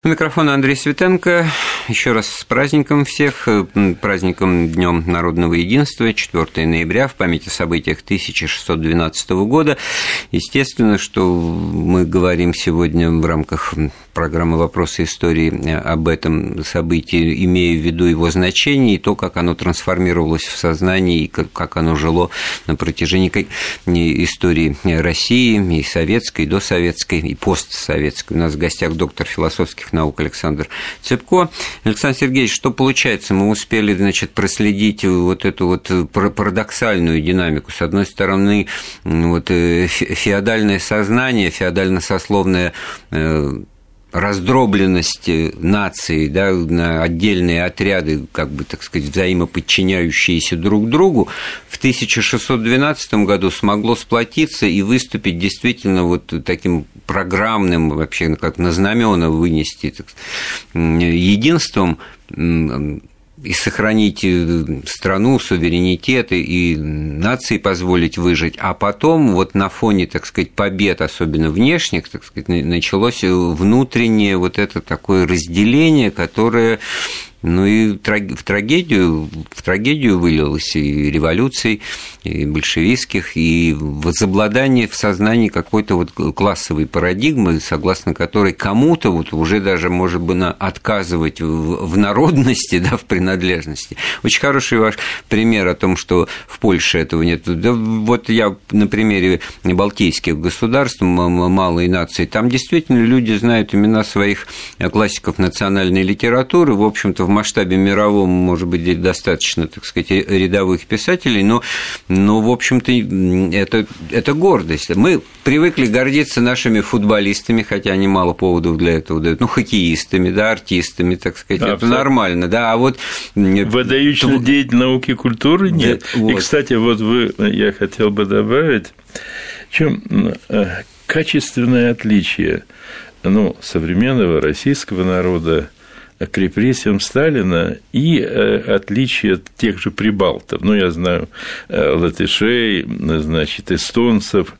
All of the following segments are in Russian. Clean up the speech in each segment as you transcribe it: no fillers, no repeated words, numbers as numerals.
микрофона Андрей Светенко. Еще раз с праздником всех, праздником Днем народного единства, 4 ноября, в память о событиях 1612 года. Естественно, что мы говорим сегодня в рамках программы «Вопросы истории» об этом событии, имея в виду его значение и то, как оно трансформировалось в сознании, и как оно жило на протяжении истории России, и советской, и досоветской, и постсоветской. У нас в гостях доктор философских наук Александр Цепко. Александр Сергеевич, что получается? Мы успели, проследить вот эту вот парадоксальную динамику. С одной стороны, феодальное сознание, феодально-сословное раздробленность нации, на отдельные отряды, взаимоподчиняющиеся друг другу, в 1612 году смогло сплотиться и выступить действительно таким программным, вообще как на знамена вынести единством, и сохранить страну, суверенитет и нации позволить выжить, а потом на фоне, побед, особенно внешних, началось внутреннее это такое разделение, которое и в трагедию вылилось и революций, и большевистских, и возобладание в сознании какой-то классовой парадигмы, согласно которой кому-то уже даже, может быть, отказывать в народности, в принадлежности. Очень хороший ваш пример о том, что в Польше этого нет. Я на примере балтийских государств, малой нации, там действительно люди знают имена своих классиков национальной литературы, в общем-то, в масштабе мировом, может быть, достаточно, рядовых писателей, но в общем-то, это гордость. Мы привыкли гордиться нашими футболистами, хотя они мало поводов для этого дают, хоккеистами, артистами, это нормально, а выдающийся деятель науки и культуры нет. И, кстати, я хотел бы добавить, в чем качественное отличие современного российского народа к репрессиям Сталина и отличие от тех же прибалтов. Я знаю латышей, эстонцев.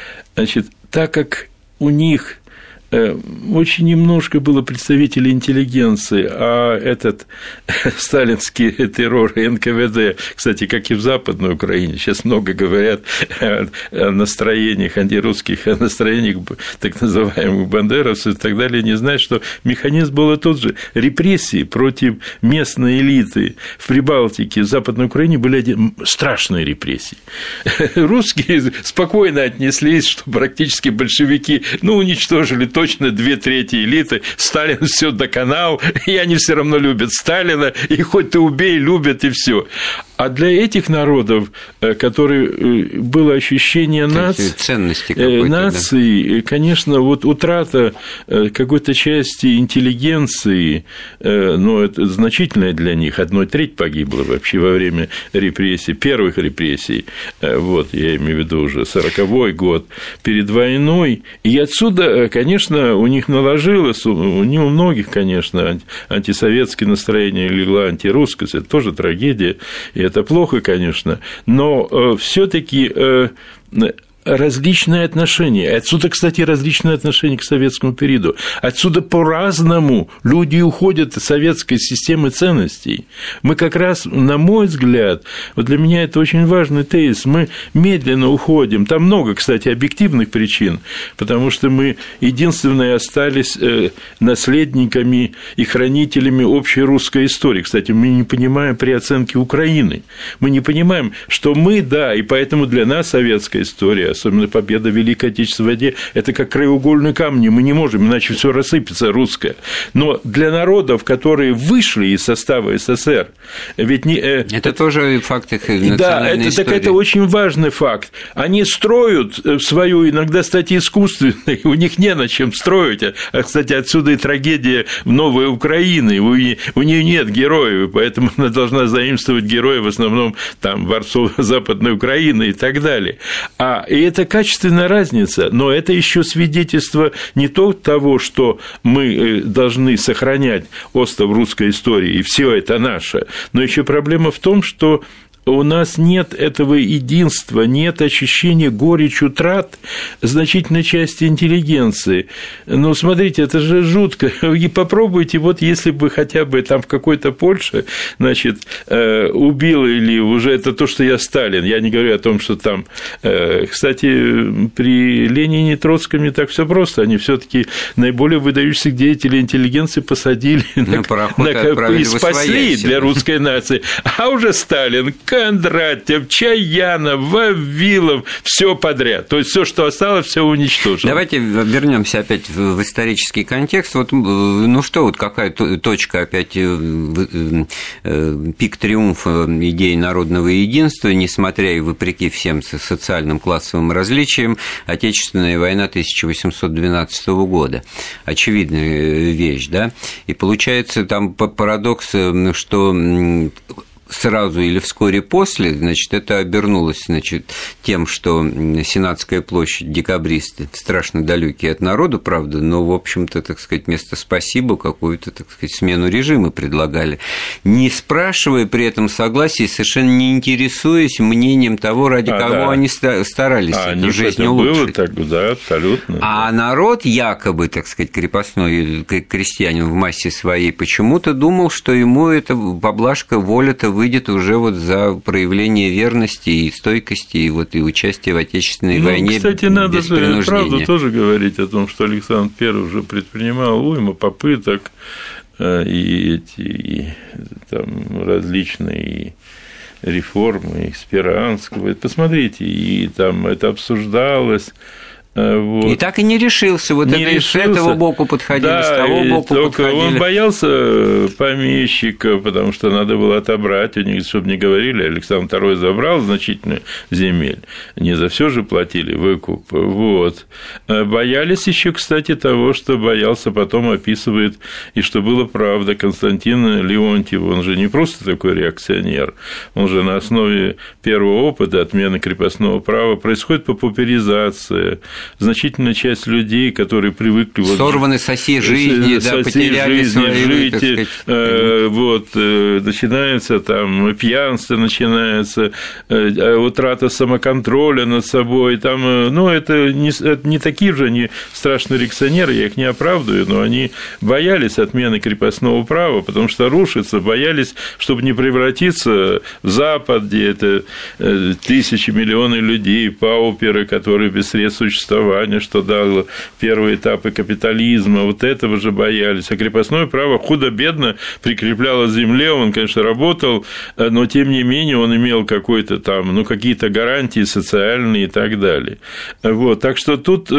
Так как у них очень немножко было представителей интеллигенции, а этот сталинский террор и НКВД, кстати, как и в Западной Украине, сейчас много говорят о настроениях антирусских, о настроениях так называемых бандеровцев и так далее, не знают, что механизм был тот же. Репрессии против местной элиты в Прибалтике, в Западной Украине были страшные репрессии. Русские спокойно отнеслись, что практически большевики уничтожили точно 2/3 элиты, Сталин все доконал, и они все равно любят Сталина, и хоть ты убей, любят, и все. А для этих народов, которые было ощущение нации, конечно, утрата какой-то части интеллигенции, это значительное для них, 1/3 погибло вообще во время репрессий, первых репрессий, я имею в виду уже 40-й год, перед войной, и отсюда, конечно, у них наложилось, у многих, конечно, антисоветское настроение легло, антирусскость, это тоже трагедия, и это плохо, конечно, но всё-таки различные отношения. Отсюда, кстати, различные отношения к советскому периоду. Отсюда по-разному люди уходят из советской системы ценностей. Мы как раз, на мой взгляд, для меня это очень важный тезис, мы медленно уходим. Там много, кстати, объективных причин, потому что мы единственные остались наследниками и хранителями общей русской истории. Кстати, мы не понимаем при оценке Украины. Мы не понимаем, что мы, и поэтому для нас советская история, особенно победа в Великой Отечественной войне, это как краеугольные камни, мы не можем, иначе все рассыпется русское. Но для народов, которые вышли из состава СССР, ведь не... Это тоже факт их национальной истории. Это очень важный факт. Они строят свою, иногда, кстати, искусственную, у них не на чем строить. Кстати, отсюда и трагедия новой Украины, у нее нет героев, поэтому она должна заимствовать героев в основном борцов Западной Украины и так далее. И это качественная разница, но это еще свидетельство не только того, что мы должны сохранять остов русской истории, и все это наше, но еще проблема в том, что у нас нет этого единства, нет ощущения горечи утрат значительной части интеллигенции. Ну, смотрите, это же жутко. И попробуйте, вот если бы хотя бы там в какой-то Польше, значит, убил или уже это то, что я Сталин, я не говорю о том, что там... Кстати, при Ленине и Троцком не так все просто, они все-таки наиболее выдающихся деятелей интеллигенции посадили и спасли для русской нации. А уже Сталин, Кондратьев, Чаянов, Вавилов, все подряд. То есть все, что осталось, все уничтожено. Давайте вернемся опять в исторический контекст. Вот, ну что, вот какая точка опять пик триумфа идеи народного единства, несмотря и вопреки всем социальным классовым различиям, Отечественная война 1812 года. Очевидная вещь, да? И получается там парадокс, что сразу или вскоре после, значит, это обернулось, значит, тем, что Сенатская площадь, декабристы, страшно далекие от народа, правда, но, в общем-то, так сказать, вместо спасибо какую-то, так сказать, смену режима предлагали, не спрашивая при этом согласия, совершенно не интересуясь мнением того, ради кого они старались эту жизнь улучшить. Было так, да, абсолютно. А народ, якобы, так сказать, крепостной крестьянин в массе своей, почему-то думал, что ему эта поблажка, воля-то выйдет уже вот за проявление верности и стойкости, и вот и участие в Отечественной войне. Кстати, надо же правду тоже говорить о том, что Александр I уже предпринимал уйму попыток и эти там различные реформы, Спиранского. Посмотрите, и там это обсуждалось. Вот. И так и не решился. Вот не это решился. С этого боку подходили, да, с того боку подходили. Он боялся помещиков, потому что надо было отобрать у них, чтобы не говорили, Александр II забрал значительно земель. Не за все же платили выкуп. Вот. Боялись еще, кстати, того, что боялся, потом описывает, и что было правда, Константин Леонтьев, он же не просто такой реакционер, он же на основе первого опыта отмены крепостного права происходит пауперизация. Значительная часть людей, которые привыкли... Сорваны с оси жизни, да, потеряли свои... Жить, вот, начинается там пьянство, начинается утрата самоконтроля над собой. Там, ну, это не такие же они страшные реакционеры, я их не оправдываю, но они боялись отмены крепостного права, потому что рушится, боялись, чтобы не превратиться в Запад, где это тысячи, миллионы людей, пауперы, которые без средств существования, что дало первые этапы капитализма, вот этого же боялись. А крепостное право худо-бедно прикреплялось к земле, он, конечно, работал, но, тем не менее, он имел какой-то там, ну, какие-то гарантии социальные и так далее. Вот, так что тут...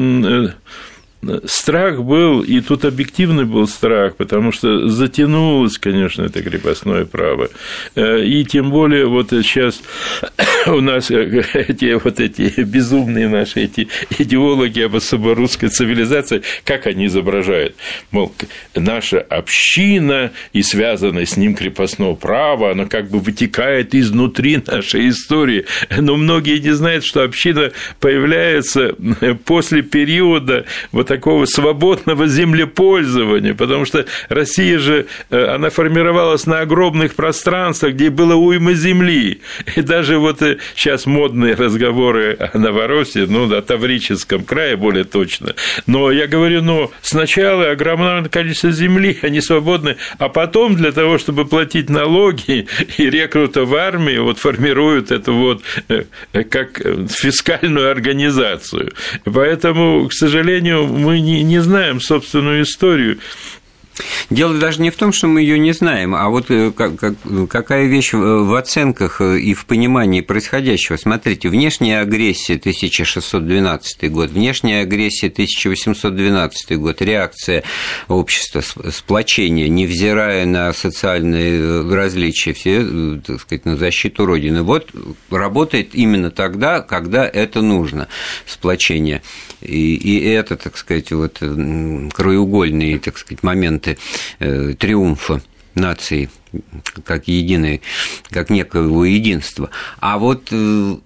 Страх был, и тут объективный был страх, потому что затянулось, конечно, это крепостное право. И тем более вот сейчас у нас эти безумные наши эти идеологи об особо русской цивилизации, как они изображают? Мол, наша община и связанное с ним крепостное право, оно как бы вытекает изнутри нашей истории. Но многие не знают, что община появляется после периода вот такого свободного землепользования, потому что Россия же, она формировалась на огромных пространствах, где было уйма земли, и даже вот сейчас модные разговоры о Новороссии, ну, о Таврическом крае более точно, но я говорю, ну, сначала огромное количество земли, они свободны, а потом для того, чтобы платить налоги и рекрута в армию, вот формируют это вот как фискальную организацию. Поэтому, к сожалению, мы не знаем собственную историю. Дело даже не в том, что мы ее не знаем, а вот какая вещь в оценках и в понимании происходящего. Смотрите, внешняя агрессия 1612 год, внешняя агрессия 1812 год, реакция общества, сплочение, невзирая на социальные различия, все, так сказать, на защиту Родины. Вот работает именно тогда, когда это нужно, сплочение. И это, так сказать, вот краеугольные, так сказать, моменты триумфа нации как единой, как некоего единства. А вот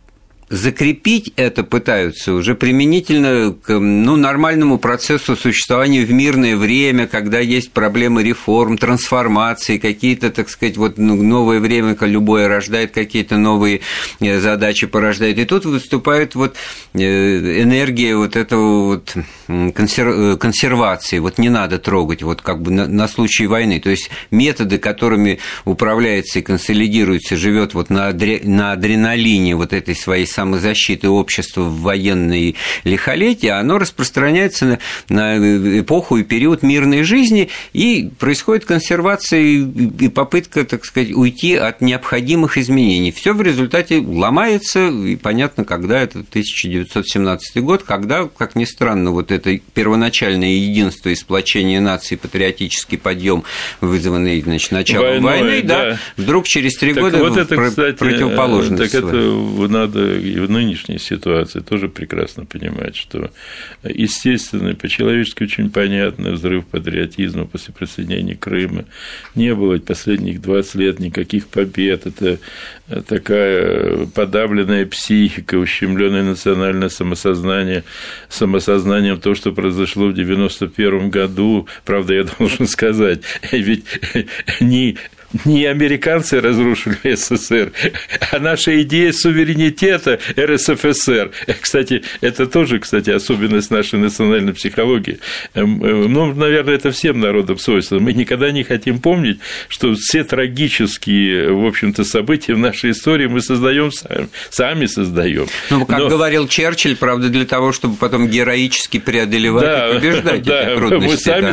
закрепить это пытаются уже применительно к нормальному процессу существования в мирное время, когда есть проблемы реформ, трансформации, какие-то, так сказать, вот новое время, любое рождает какие-то новые задачи, порождает. И тут выступает вот энергия вот этого вот консервации, вот не надо трогать, вот как бы на случай войны. То есть методы, которыми управляется и консолидируется, живет вот на адреналине вот этой своей самозащиты общества в военной лихолетие, оно распространяется на эпоху и период мирной жизни, и происходит консервация и попытка, так сказать, уйти от необходимых изменений. Все в результате ломается, и понятно, когда это 1917 год, когда, как ни странно, вот это первоначальное единство и сплочение нации, патриотический подъем, вызванный, значит, началом войны, да, вдруг через 3 года вот это, кстати, противоположность. Так это надо и в нынешней ситуации тоже прекрасно понимать, что естественный, по-человечески очень понятный взрыв патриотизма после присоединения Крыма. Не было последних 20 лет никаких побед. Это такая подавленная психика, ущемленное национальное самосознание, самосознанием то, что произошло в 1991 году. Правда, я должен сказать, ведь не американцы разрушили СССР, а наша идея суверенитета РСФСР. Кстати, это тоже, особенность нашей национальной психологии. Ну, наверное, это всем народам свойственно. Мы никогда не хотим помнить, что все трагические, в общем-то, события в нашей истории мы создаем сами создаем. Ну, как говорил Черчилль, правда, для того, чтобы потом героически преодолевать и побеждать эти трудности. Мы сами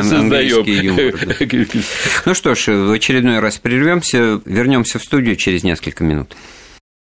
создаем. Ну что ж, в очередной раз прервемся, вернемся в студию через несколько минут.